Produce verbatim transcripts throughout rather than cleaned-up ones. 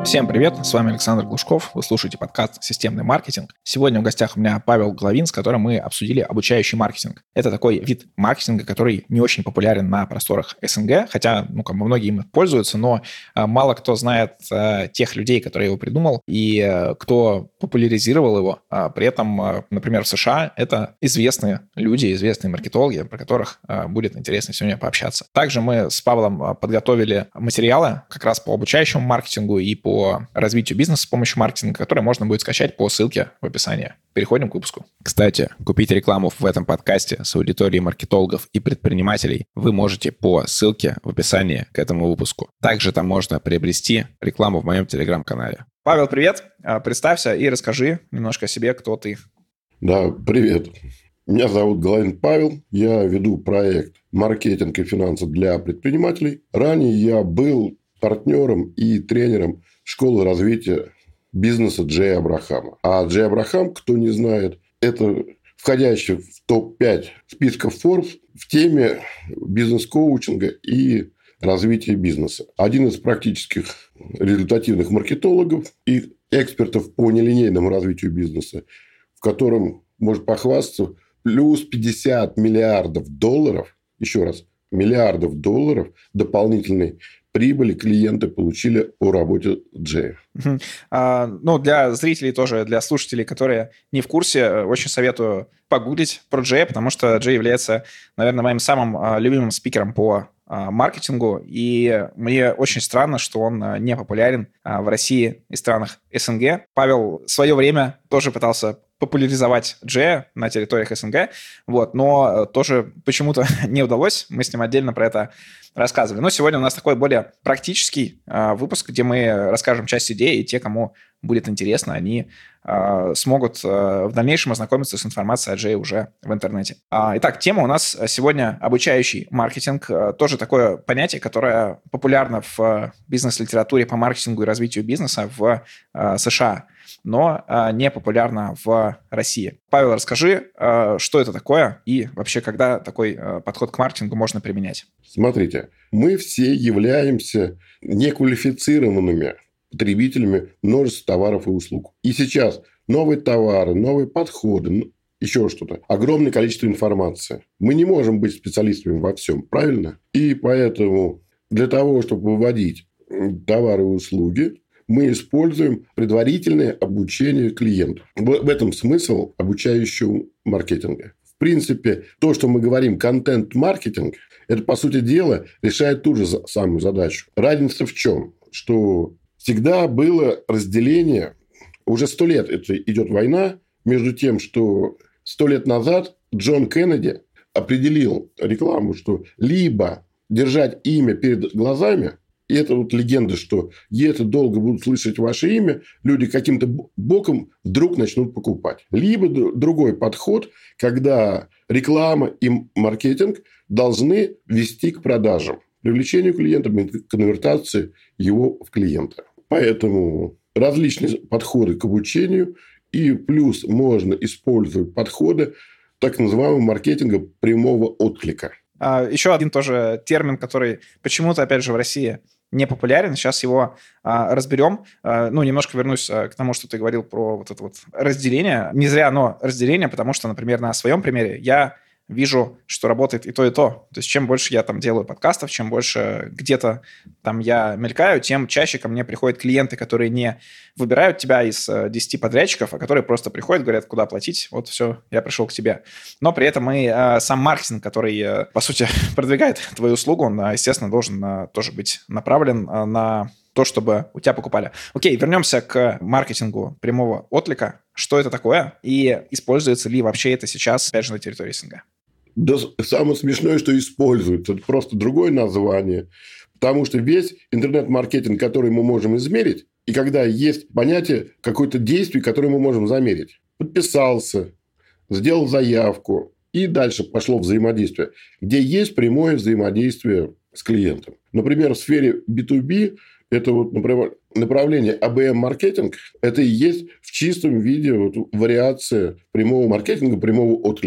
Всем привет, с вами Александр Глушков, вы слушаете подкаст «Системный маркетинг». Сегодня в гостях у меня Павел Головин, с которым мы обсудили обучающий маркетинг. Это такой вид маркетинга, который не очень популярен на просторах СНГ, хотя ну, как бы многие им пользуются, но а, мало кто знает а, тех людей, которые его придумал, и а, кто популяризировал его. А, при этом, а, например, в США это известные люди, известные маркетологи, про которых а, будет интересно сегодня пообщаться. Также мы с Павлом подготовили материалы как раз по обучающему маркетингу и по по развитию бизнеса с помощью маркетинга, который можно будет скачать по ссылке в описании. Переходим к выпуску. Кстати, купить рекламу в этом подкасте с аудиторией маркетологов и предпринимателей вы можете по ссылке в описании к этому выпуску. Также там можно приобрести рекламу в моем телеграм-канале. Павел, привет. Представься и расскажи немножко о себе, кто ты. Да, привет. Меня зовут Головин Павел. Я веду проект «Маркетинг и финансы для предпринимателей». Ранее я был партнером и тренером школы развития бизнеса Джея Абрахама. А Джей Абрахам, кто не знает, это входящий в топ пять списков Forbes в теме бизнес-коучинга и развития бизнеса. Один из практических результативных маркетологов и экспертов по нелинейному развитию бизнеса, в котором может похвастаться плюс пятьдесят миллиардов долларов, еще раз, миллиардов долларов дополнительной прибыли клиенты получили по работе Джея. Uh-huh. А, ну, для зрителей тоже, для слушателей, которые не в курсе, очень советую погуглить про Джея, потому что Джей является, наверное, моим самым а, любимым спикером по а, маркетингу, и мне очень странно, что он а, не популярен а, в России и странах СНГ. Павел в свое время тоже пытался популяризовать Джея на территориях СНГ, вот, но тоже почему-то не удалось. Мы с ним отдельно про это рассказывали. Но сегодня у нас такой более практический э, выпуск, где мы расскажем часть идей, и те, кому будет интересно, они э, смогут э, в дальнейшем ознакомиться с информацией о Джее уже в интернете. А, итак, тема у нас сегодня обучающий маркетинг. Тоже такое понятие, которое популярно в бизнес-литературе по маркетингу и развитию бизнеса в э, США, но э, не популярно в России. Павел, расскажи, э, что это такое и вообще, когда такой э, подход к маркетингу можно применять? Смотрите, мы все являемся неквалифицированными потребителями множества товаров и услуг. И сейчас новые товары, новые подходы, еще что-то. Огромное количество информации. Мы не можем быть специалистами во всем, правильно? И поэтому для того, чтобы выводить товары и услуги, мы используем предварительное обучение клиентов. В этом смысл обучающего маркетинга. В принципе, то, что мы говорим контент-маркетинг, это, по сути дела, решает ту же самую задачу. Разница в чем? Что всегда было разделение, уже сто лет это идет война, между тем, что сто лет назад Джон Кеннеди определил рекламу, что либо держать имя перед глазами, и это вот легенда, что если долго будут слышать ваше имя, люди каким-то боком вдруг начнут покупать. Либо другой подход, когда реклама и маркетинг должны вести к продажам, привлечению клиента, конвертации его в клиента. Поэтому различные подходы к обучению, и плюс можно использовать подходы так называемого маркетинга прямого отклика. А, еще один тоже термин, который почему-то, опять же, в России не популярен. Сейчас его а, разберем. А, ну, немножко вернусь а, к тому, что ты говорил про вот это вот разделение. Не зря оно разделение, потому что, например, на своем примере я вижу, что работает и то, и то. То есть, чем больше я там делаю подкастов, чем больше где-то там я мелькаю, тем чаще ко мне приходят клиенты, которые не выбирают тебя из десяти подрядчиков, а которые просто приходят, говорят, куда платить, вот все, я пришел к тебе. Но при этом и э, сам маркетинг, который, э, по сути, продвигает твою услугу, он, естественно, должен э, тоже быть направлен э, на то, чтобы у тебя покупали. Окей, вернемся к маркетингу прямого отклика. Что это такое? И используется ли вообще это сейчас, опять же, на территории СНГ? Да, самое смешное, что используется. Это просто другое название. Потому что весь интернет-маркетинг, который мы можем измерить, и когда есть понятие какое-то действие, которое мы можем замерить. Подписался, сделал заявку, и дальше пошло взаимодействие, где есть прямое взаимодействие с клиентом. Например, в сфере би ту би это вот, например, направление эй би эм-маркетинг, это и есть в чистом виде вот вариация прямого маркетинга, прямого отклика.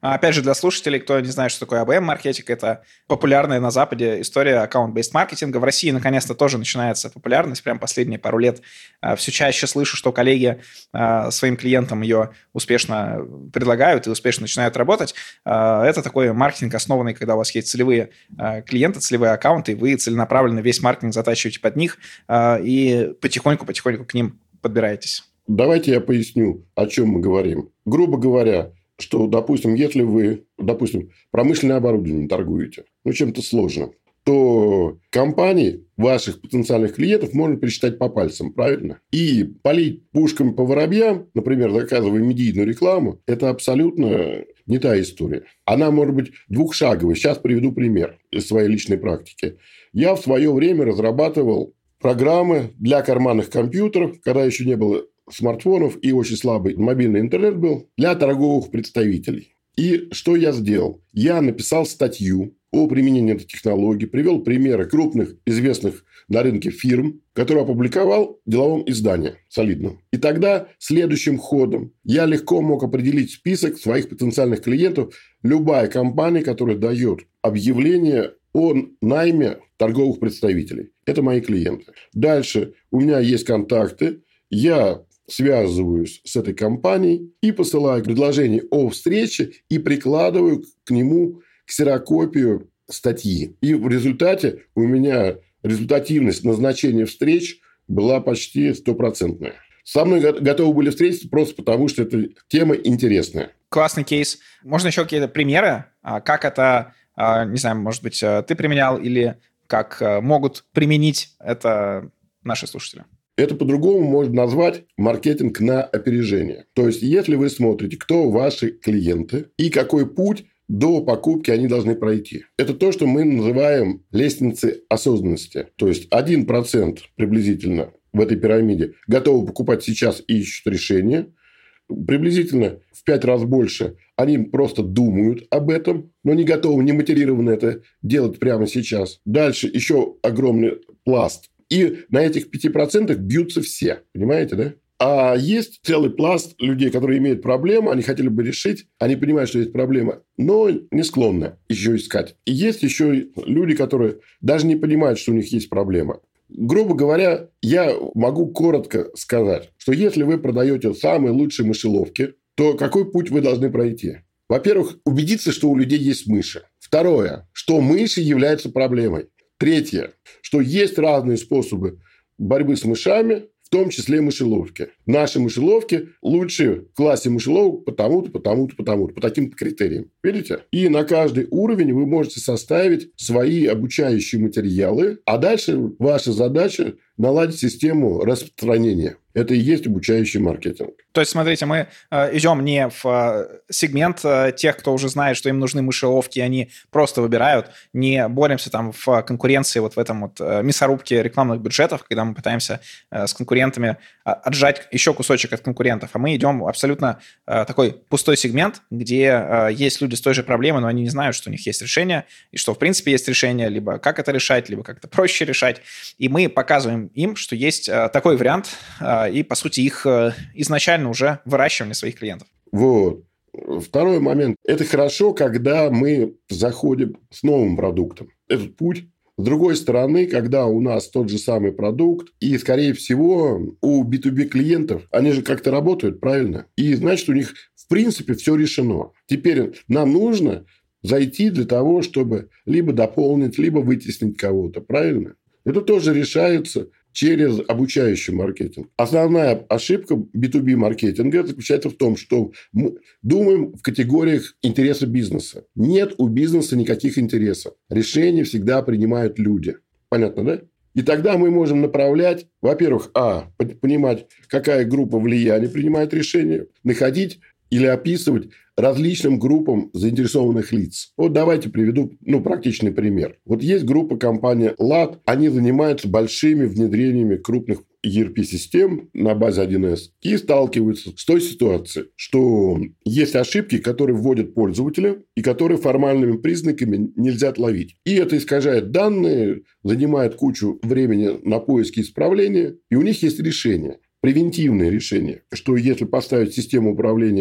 Опять же, для слушателей, кто не знает, что такое эй би эм-маркетинг, это популярная на Западе история аккаунт-бейст маркетинга. В России, наконец-то, тоже начинается популярность. Прям последние пару лет все чаще слышу, что коллеги своим клиентам ее успешно предлагают и успешно начинают работать. Это такой маркетинг, основанный, когда у вас есть целевые клиенты, целевые аккаунты, и вы целенаправленно весь маркетинг затачиваете под них и потихоньку-потихоньку к ним подбираетесь. Давайте я поясню, о чем мы говорим. Грубо говоря, что, допустим, если вы, допустим, промышленное оборудование торгуете, ну, чем-то сложным, то компаний, ваших потенциальных клиентов, можно пересчитать по пальцам, правильно? И полить пушками по воробьям, например, заказывая медийную рекламу, это абсолютно не та история. Она может быть двухшаговой. Сейчас приведу пример из своей личной практики. Я в свое время разрабатывал программы для карманных компьютеров, когда еще не было смартфонов и очень слабый мобильный интернет был, для торговых представителей. И что я сделал? Я написал статью о применении этой технологии, привел примеры крупных известных на рынке фирм, которые опубликовал в деловом издании солидном. И тогда следующим ходом я легко мог определить список своих потенциальных клиентов. Любая компания, которая дает объявление о найме торговых представителей. Это мои клиенты. Дальше у меня есть контакты. Я связываюсь с этой компанией и посылаю предложение о встрече и прикладываю к нему ксерокопию статьи. И в результате у меня результативность назначения встреч была почти стопроцентная. Со мной готовы были встретиться просто потому, что эта тема интересная. Классный кейс. Можно еще какие-то примеры? Как это, не знаю, может быть, ты применял или как могут применить это наши слушатели? Это по-другому можно назвать маркетинг на опережение. То есть, если вы смотрите, кто ваши клиенты и какой путь до покупки они должны пройти. Это то, что мы называем лестницей осознанности. То есть, один процент приблизительно в этой пирамиде готовы покупать сейчас и ищут решение. Приблизительно в пять раз больше они просто думают об этом, но не готовы, не мотивированы это делать прямо сейчас. Дальше еще огромный пласт. И на этих пяти процентах бьются все. Понимаете, да? А есть целый пласт людей, которые имеют проблему, они хотели бы решить, они понимают, что есть проблема, но не склонны еще искать. И есть еще люди, которые даже не понимают, что у них есть проблема. Грубо говоря, я могу коротко сказать, что если вы продаете самые лучшие мышеловки, то какой путь вы должны пройти? Во-первых, убедиться, что у людей есть мыши. Второе, что мыши являются проблемой. Третье, что есть разные способы борьбы с мышами, в том числе мышеловки. Наши мышеловки лучшие в классе мышеловок потому-то, потому-то, потому-то, по таким-то критериям. Видите? И на каждый уровень вы можете составить свои обучающие материалы, а дальше ваша задача наладить систему распространения. Это и есть обучающий маркетинг. То есть, смотрите, мы э, идем не в э, сегмент э, тех, кто уже знает, что им нужны мышеловки, и они просто выбирают, не боремся там в конкуренции вот в этом вот э, мясорубке рекламных бюджетов, когда мы пытаемся э, с конкурентами э, отжать еще кусочек от конкурентов, а мы идем абсолютно э, такой пустой сегмент, где э, есть люди с той же проблемой, но они не знают, что у них есть решение, и что в принципе есть решение, либо как это решать, либо как это проще решать, и мы показываем им, что есть э, такой вариант, э, и, по сути, их э, изначально уже выращивали своих клиентов. Вот. Второй момент. Это хорошо, когда мы заходим с новым продуктом. Этот путь. С другой стороны, когда у нас тот же самый продукт, и, скорее всего, у би ту би клиентов, они же как-то работают, правильно? И, значит, у них, в принципе, все решено. Теперь нам нужно зайти для того, чтобы либо дополнить, либо вытеснить кого-то, правильно? Это тоже решается через обучающий маркетинг. Основная ошибка би ту би маркетинга заключается в том, что мы думаем в категориях интереса бизнеса. Нет у бизнеса никаких интересов. Решения всегда принимают люди. Понятно, да? И тогда мы можем направлять, во-первых, а, понимать, какая группа влияния принимает решения, находить или описывать различным группам заинтересованных лиц. Вот давайте приведу ну, практичный пример. Вот есть группа компании лад, они занимаются большими внедрениями крупных и эр пи-систем на базе один эс и сталкиваются с той ситуацией, что есть ошибки, которые вводят пользователи и которые формальными признаками нельзя отловить. И это искажает данные, занимает кучу времени на поиски исправления, и у них есть решение. Превентивное решение, что если поставить систему управления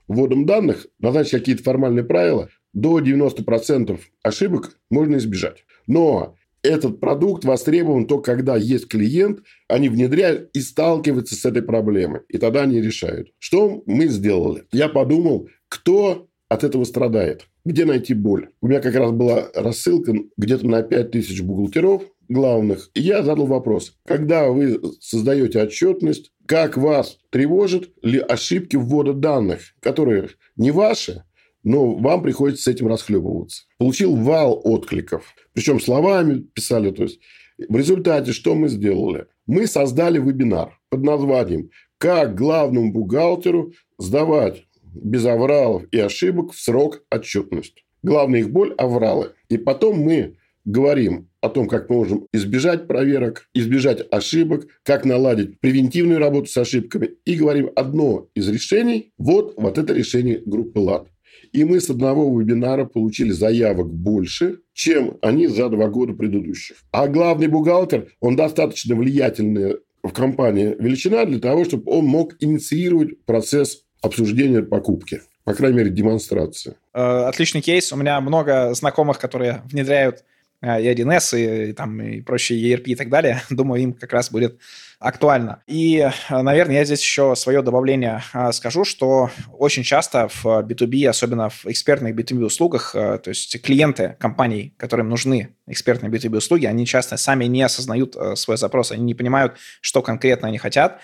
вводом данных, назначить какие-то формальные правила, до девяноста процентов ошибок можно избежать. Но этот продукт востребован только когда есть клиент, они внедряют и сталкиваются с этой проблемой. И тогда они решают. Что мы сделали? Я подумал, кто от этого страдает? Где найти боль? У меня как раз была рассылка где-то на пять тысяч бухгалтеров главных. И я задал вопрос. Когда вы создаете отчетность, как вас тревожат ли ошибки ввода данных, которые не ваши, но вам приходится с этим расхлебываться. Получил вал откликов. Причем словами писали. То есть, в результате что мы сделали? Мы создали вебинар под названием «Как главному бухгалтеру сдавать без авралов и ошибок в срок отчетность». Главная их боль – авралы. И потом мы говорим о том, как мы можем избежать проверок, избежать ошибок, как наладить превентивную работу с ошибками. И говорим одно из решений. Вот, вот это решение группы ЛАД. И мы с одного вебинара получили заявок больше, чем они за два года предыдущих. А главный бухгалтер, он достаточно влиятельная в компании величина для того, чтобы он мог инициировать процесс обсуждения покупки. По крайней мере, демонстрации. Отличный кейс. У меня много знакомых, которые внедряют и один эс, и, и, там, и прочие и ар пи и так далее. Думаю, им как раз будет актуально. И, наверное, я здесь еще свое добавление скажу, что очень часто в би ту би, особенно в экспертных би ту би-услугах, то есть клиенты компаний, которым нужны экспертные би ту би-услуги, они часто сами не осознают свой запрос, они не понимают, что конкретно они хотят,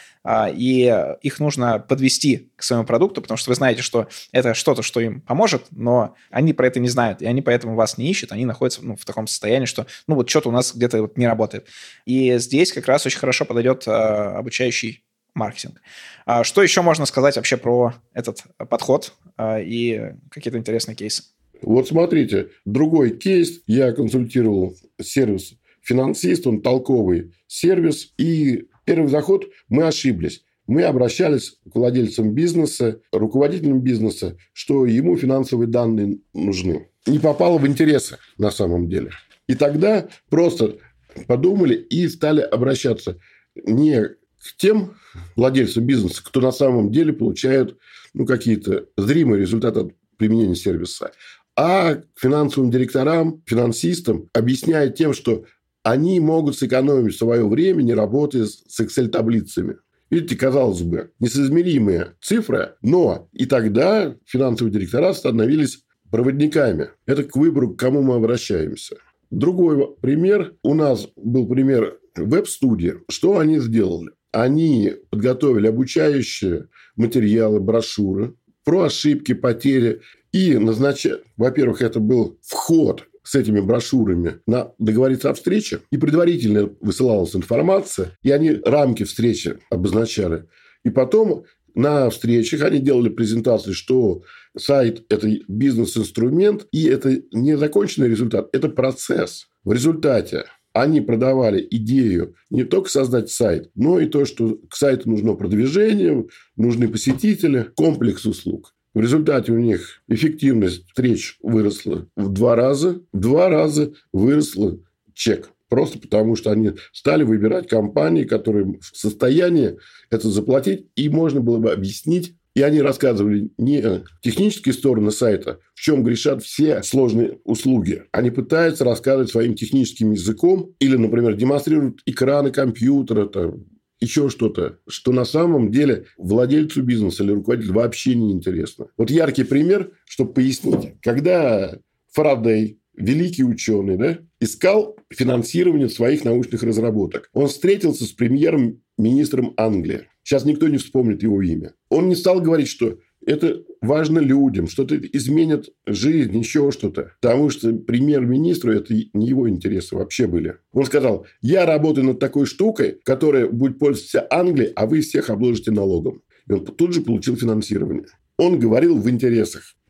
и их нужно подвести к своему продукту, потому что вы знаете, что это что-то, что им поможет, но они про это не знают, и они поэтому вас не ищут, они находятся ну, в таком состоянии, что ну вот что-то у нас где-то вот не работает. И здесь как раз очень хорошо подойдет а, обучающий маркетинг. А, что еще можно сказать вообще про этот подход а, и какие-то интересные кейсы? Вот смотрите, другой кейс. Я консультировал сервис «Финансист», он толковый сервис, и первый заход мы ошиблись. Мы обращались к владельцам бизнеса, руководителям бизнеса, что ему финансовые данные нужны. Не попало в интересы на самом деле. И тогда просто подумали и стали обращаться не к тем владельцам бизнеса, кто на самом деле получает ну, какие-то зримые результаты от применения сервиса, а к финансовым директорам, финансистам, объясняя тем, что они могут сэкономить свое время, не работая с Excel-таблицами. Видите, казалось бы, несоизмеримые цифры, но и тогда финансовые директора становились проводниками. Это к выбору, к кому мы обращаемся. Другой пример. У нас был пример веб-студии. Что они сделали? Они подготовили обучающие материалы, брошюры про ошибки, потери. И назначали... Во-первых, это был вход с этими брошюрами на договориться о встрече. И предварительно высылалась информация. И они рамки встречи обозначали. И потом на встречах они делали презентации, что сайт – это бизнес-инструмент, и это не законченный результат, это процесс. В результате они продавали идею не только создать сайт, но и то, что к сайту нужно продвижение, нужны посетители, комплекс услуг. В результате у них эффективность встреч выросла в два раза, в два раза выросла чек. Просто потому, что они стали выбирать компании, которые в состоянии это заплатить, и можно было бы объяснить. И они рассказывали не технические стороны сайта, в чем грешат все сложные услуги. Они пытаются рассказывать своим техническим языком или, например, демонстрируют экраны компьютера, там, еще что-то, что на самом деле владельцу бизнеса или руководителю вообще не интересно. Вот яркий пример, чтобы пояснить. Когда Фарадей, великий ученый, да, искал финансирование своих научных разработок, он встретился с премьер-министром Англии. Сейчас никто не вспомнит его имя. Он не стал говорить, что это важно людям, что-то изменит жизнь, еще что-то. Потому что премьер-министру это не его интересы вообще были. Он сказал, я работаю над такой штукой, которая будет пользоваться Англией, а вы всех обложите налогом. И он тут же получил финансирование. Он говорил в интересах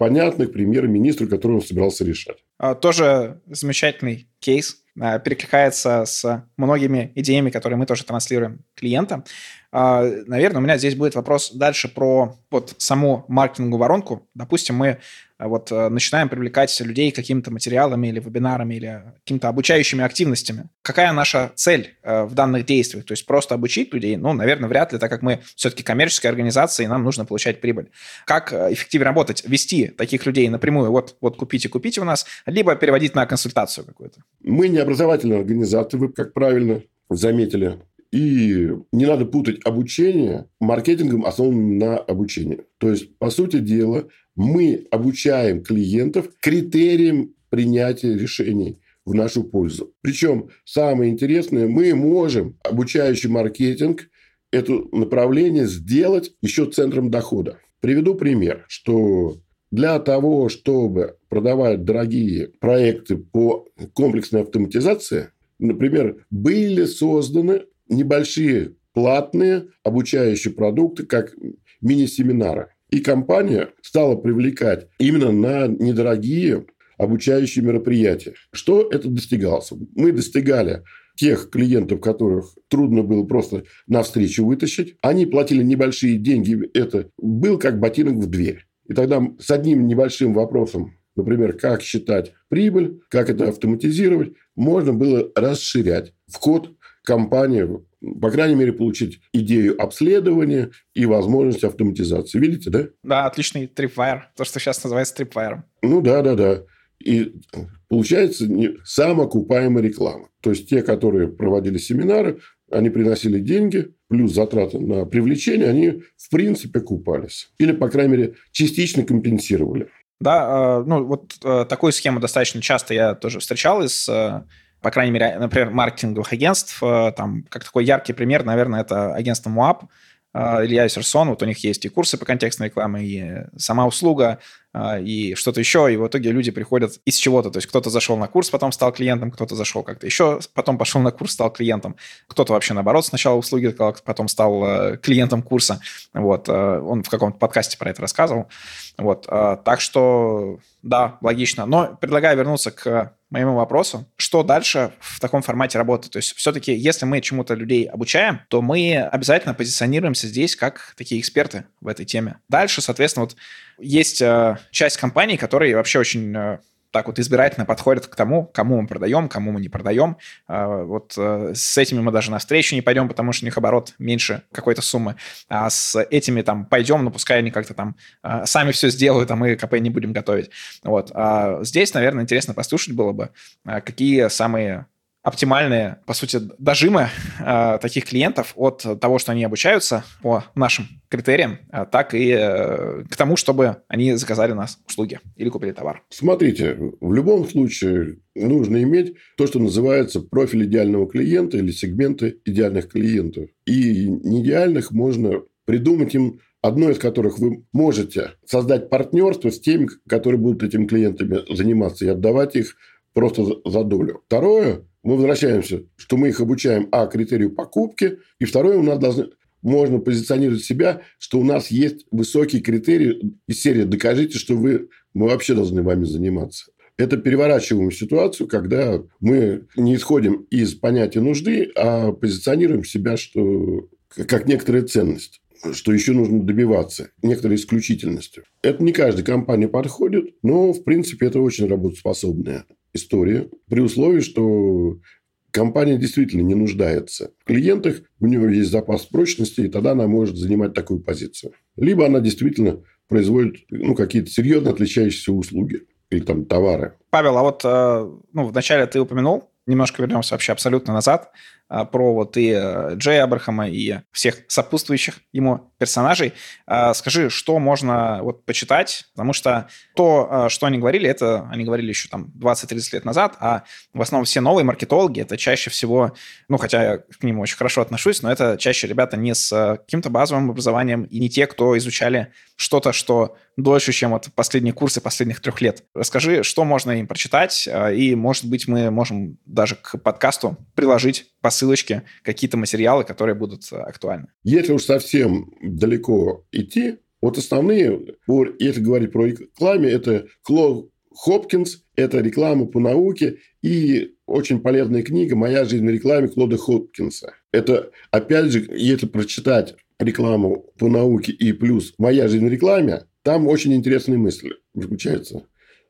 понятных премьер-министру, который он собирался решать. Тоже замечательный кейс. Перекликается с многими идеями, которые мы тоже транслируем клиентам. Наверное, у меня здесь будет вопрос дальше про вот саму маркетинговую воронку. Допустим, мы вот начинаем привлекать людей какими-то материалами или вебинарами, или какими-то обучающими активностями. Какая наша цель в данных действиях? То есть просто обучить людей? Ну, наверное, вряд ли, так как мы все-таки коммерческая организация, и нам нужно получать прибыль. Как эффективнее работать? Вести таких людей напрямую, вот, вот купите, купите у нас, либо переводить на консультацию какую-то? Мы не образовательная организация, вы как правильно заметили. И не надо путать обучение маркетингом, основанным на обучении. То есть, по сути дела, мы обучаем клиентов критериям принятия решений в нашу пользу. Причем, самое интересное, мы можем обучающий маркетинг, это направление сделать еще центром дохода. Приведу пример, что для того, чтобы продавать дорогие проекты по комплексной автоматизации, например, были созданы небольшие платные обучающие продукты, как мини-семинары. И компания стала привлекать именно на недорогие обучающие мероприятия. Что это достигалось? Мы достигали тех клиентов, которых трудно было просто навстречу вытащить. Они платили небольшие деньги. Это был как ботинок в дверь. И тогда с одним небольшим вопросом, например, как считать прибыль, как это автоматизировать, можно было расширять вход компании, по крайней мере, получить идею обследования и возможность автоматизации. Видите, да? Да, отличный Tripwire. То, что сейчас называется Tripwire. Ну, да, да, да. И получается самоокупаемая реклама. То есть, те, которые проводили семинары, они приносили деньги, плюс затраты на привлечение, они, в принципе, купались. Или, по крайней мере, частично компенсировали. Да, ну, вот такую схему достаточно часто я тоже встречал из... по крайней мере, например, маркетинговых агентств. Там, как такой яркий пример, наверное, это агентство Муап, Илья Исерсон. Вот у них есть и курсы по контекстной рекламе, и сама услуга, и что-то еще. И в итоге люди приходят из чего-то. То есть кто-то зашел на курс, потом стал клиентом, кто-то зашел как-то еще, потом пошел на курс, стал клиентом. Кто-то вообще наоборот сначала услуги, потом стал клиентом курса. Вот. Он в каком-то подкасте про это рассказывал. Вот. Так что, да, логично. Но предлагаю вернуться к моему вопросу. Что дальше в таком формате работы? То есть все-таки, если мы чему-то людей обучаем, то мы обязательно позиционируемся здесь как такие эксперты в этой теме. Дальше, соответственно, вот есть э, часть компаний, которые вообще очень... Э, так вот избирательно подходят к тому, кому мы продаем, кому мы не продаем. Вот с этими мы даже на встречу не пойдем, потому что у них оборот меньше какой-то суммы. А с этими там пойдем, но пускай они как-то там сами все сделают, а мы КП не будем готовить. Вот. А здесь, наверное, интересно послушать было бы, какие самые оптимальные, по сути, дожимы э, таких клиентов от того, что они обучаются по нашим критериям, э, так и э, к тому, чтобы они заказали у нас услуги или купили товар. Смотрите, в любом случае нужно иметь то, что называется профиль идеального клиента или сегменты идеальных клиентов. И неидеальных можно придумать им, одно из которых вы можете создать партнерство с теми, которые будут этими клиентами заниматься, и отдавать их просто за долю. Второе, мы возвращаемся, что мы их обучаем, а, критерию покупки, и второе, у нас должны, можно позиционировать себя, что у нас есть высокие критерии из серии «Докажите, что вы, мы вообще должны вами заниматься». Это переворачиваем ситуацию, когда мы не исходим из понятия нужды, а позиционируем себя, что как некоторая ценность, что еще нужно добиваться некоторой исключительности. Это не каждой компании подходит, но, в принципе, это очень работоспособная история, при условии, что компания действительно не нуждается в клиентах, у нее есть запас прочности, и тогда она может занимать такую позицию. Либо она действительно производит ну, какие-то серьезно отличающиеся услуги или там товары. Павел, а вот ну, вначале ты упомянул, немножко вернемся вообще абсолютно назад, про вот и Джея Абрахама, и всех сопутствующих ему персонажей. Скажи, что можно вот почитать, потому что то, что они говорили, это они говорили еще там двадцать-тридцать лет назад, а в основном все новые маркетологи, это чаще всего, ну, хотя я к ним очень хорошо отношусь, но это чаще ребята не с каким-то базовым образованием и не те, кто изучали что-то, что дольше, чем вот последние курсы последних трех лет. Расскажи, что можно им прочитать, и, может быть, мы можем даже к подкасту приложить по ссылочке какие-то материалы, которые будут актуальны. Если уж совсем далеко идти, Вот основные, если говорить про рекламе, это Клод Хопкинс, это реклама по науке и очень полезная книга «Моя жизнь в рекламе» Клода Хопкинса. Это, опять же, если прочитать рекламу по науке и плюс «Моя жизнь в рекламе», там очень интересная мысль заключается,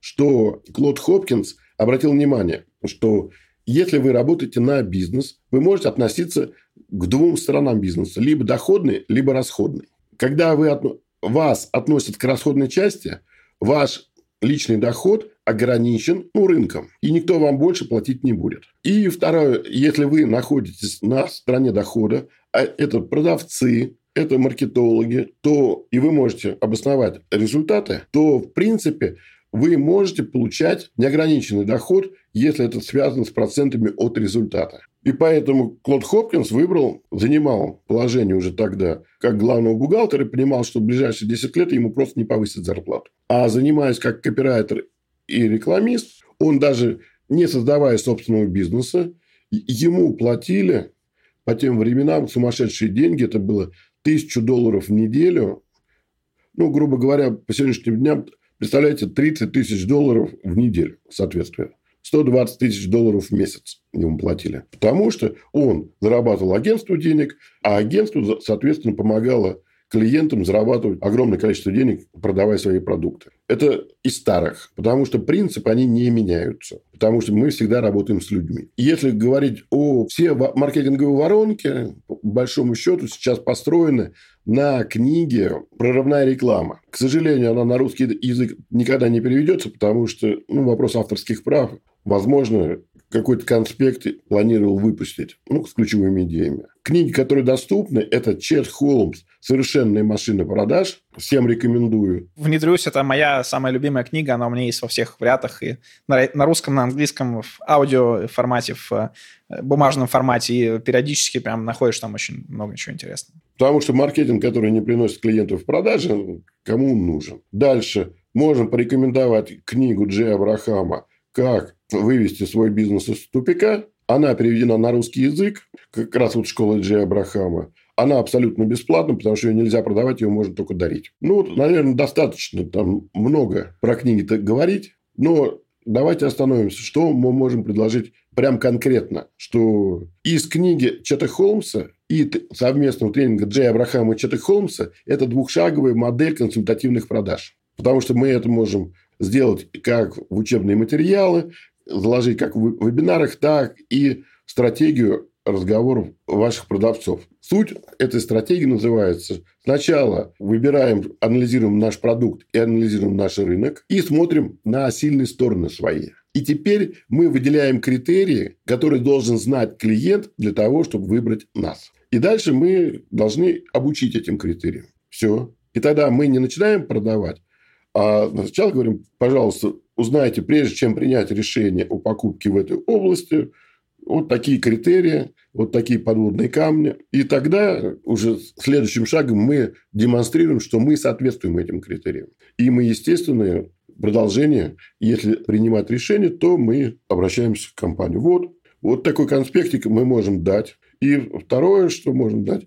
что Клод Хопкинс обратил внимание, что если вы работаете на бизнес, вы можете относиться к двум сторонам бизнеса, либо доходный, либо расходный. Когда вы от... вас относят к расходной части, ваш личный доход ограничен ну, рынком, и никто вам больше платить не будет. И второе, если вы находитесь на стороне дохода, а это продавцы, это маркетологи, то и вы можете обосновать результаты, то, в принципе, вы можете получать неограниченный доход, если это связано с процентами от результата. И поэтому Клод Хопкинс выбрал, занимал положение уже тогда как главного бухгалтера и понимал, что в ближайшие десять лет ему просто не повысят зарплату. А занимаясь как копирайтер и рекламист, он даже не создавая собственного бизнеса, ему платили по тем временам сумасшедшие деньги. Это было тысячу долларов в неделю. Ну, грубо говоря, по сегодняшним дням, представляете, тридцать тысяч долларов в неделю, соответственно. сто двадцать тысяч долларов в месяц ему платили. Потому что он зарабатывал агентству денег, а агентство, соответственно, помогало клиентам зарабатывать огромное количество денег, продавая свои продукты. Это из старых, потому что принципы, они не меняются. Потому что мы всегда работаем с людьми. И если говорить о все маркетинговые воронки, по большому счету, сейчас построены на книге «Прорывная реклама». К сожалению, она на русский язык никогда не переведется, потому что ну, вопрос авторских прав. Возможно, какой-то конспект планировал выпустить, ну, с ключевыми идеями. Книги, которые доступны, это Чет Холмс «Совершенные машины продаж». Всем рекомендую. Внедрюсь, это моя самая любимая книга, она у меня есть во всех вариантах, и на, на русском, на английском, в аудио формате, в бумажном формате, и периодически прям находишь там очень много чего интересного. Потому что маркетинг, который не приносит клиентов в продажи, кому он нужен? Дальше можем порекомендовать книгу Джея Абрахама «Как вывести свой бизнес из тупика». Она переведена на русский язык, как раз вот школа Джея Абрахама. Она абсолютно бесплатна, потому что ее нельзя продавать, ее можно только дарить. Ну, наверное, достаточно там много про книги-то говорить, но давайте остановимся. Что мы можем предложить прям конкретно? Что из книги Чета Холмса и совместного тренинга Джея Абрахама и Чета Холмса это двухшаговая модель консультативных продаж. Потому что мы это можем сделать как в учебные материалы, заложить как в вебинарах, так и стратегию разговоров ваших продавцов. Суть этой стратегии называется: сначала выбираем, анализируем наш продукт и анализируем наш рынок и смотрим на сильные стороны свои. И теперь мы выделяем критерии, которые должен знать клиент для того, чтобы выбрать нас. И дальше мы должны обучить этим критериям. Все. И тогда мы не начинаем продавать, а сначала говорим: пожалуйста, узнайте, прежде чем принять решение о покупке в этой области, вот такие критерии, вот такие подводные камни. И тогда уже следующим шагом мы демонстрируем, что мы соответствуем этим критериям. И мы, естественно, продолжение, если принимать решение, то мы обращаемся к компании. Вот, вот такой конспектик мы можем дать. И второе, что можем дать,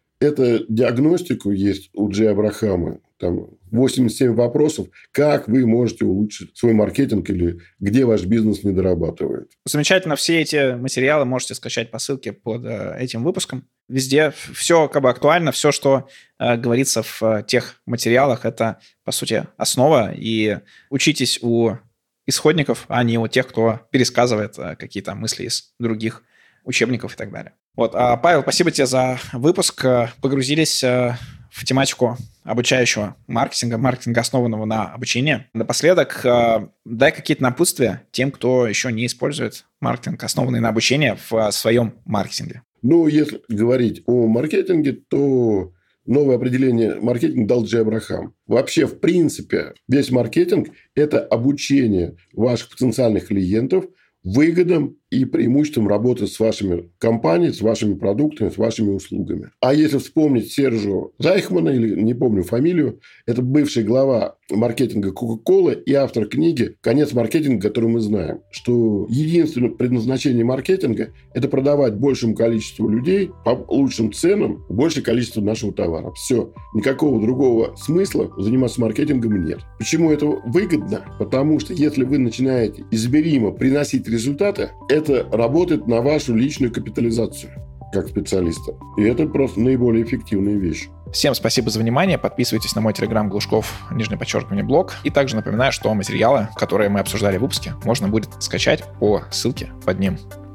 это диагностику есть у Джея Абрахама. Там восемьдесят семь вопросов, как вы можете улучшить свой маркетинг или где ваш бизнес не дорабатывает. Замечательно. Все эти материалы можете скачать по ссылке под этим выпуском. Везде все как бы актуально. Все, что э, говорится в э, тех материалах, это, по сути, основа. И учитесь у исходников, а не у тех, кто пересказывает э, какие-то мысли из других учебников и так далее. Вот. А, Павел, спасибо тебе за выпуск. Погрузились э, в тематику обучающего маркетинга, маркетинга, основанного на обучении. Напоследок, э, дай какие-то напутствия тем, кто еще не использует маркетинг, основанный на обучении, в своем маркетинге. Ну, если говорить о маркетинге, то новое определение маркетинга дал Джей Абрахам. Вообще, в принципе, весь маркетинг – это обучение ваших потенциальных клиентов выгодам и преимуществом работы с вашими компаниями, с вашими продуктами, с вашими услугами. А если вспомнить Сержа Зайхмана, или не помню фамилию, это бывший глава маркетинга Coca-Cola и автор книги «Конец маркетинга», которую мы знаем, что единственное предназначение маркетинга – это продавать большему количеству людей по лучшим ценам большее количество нашего товара. Все. Никакого другого смысла заниматься маркетингом нет. Почему это выгодно? Потому что если вы начинаете измеримо приносить результаты, это работает на вашу личную капитализацию как специалиста. И это просто наиболее эффективная вещь. Всем спасибо за внимание. Подписывайтесь на мой телеграм Глушков, нижнее подчеркивание, блог. И также напоминаю, что материалы, которые мы обсуждали в выпуске, можно будет скачать по ссылке под ним.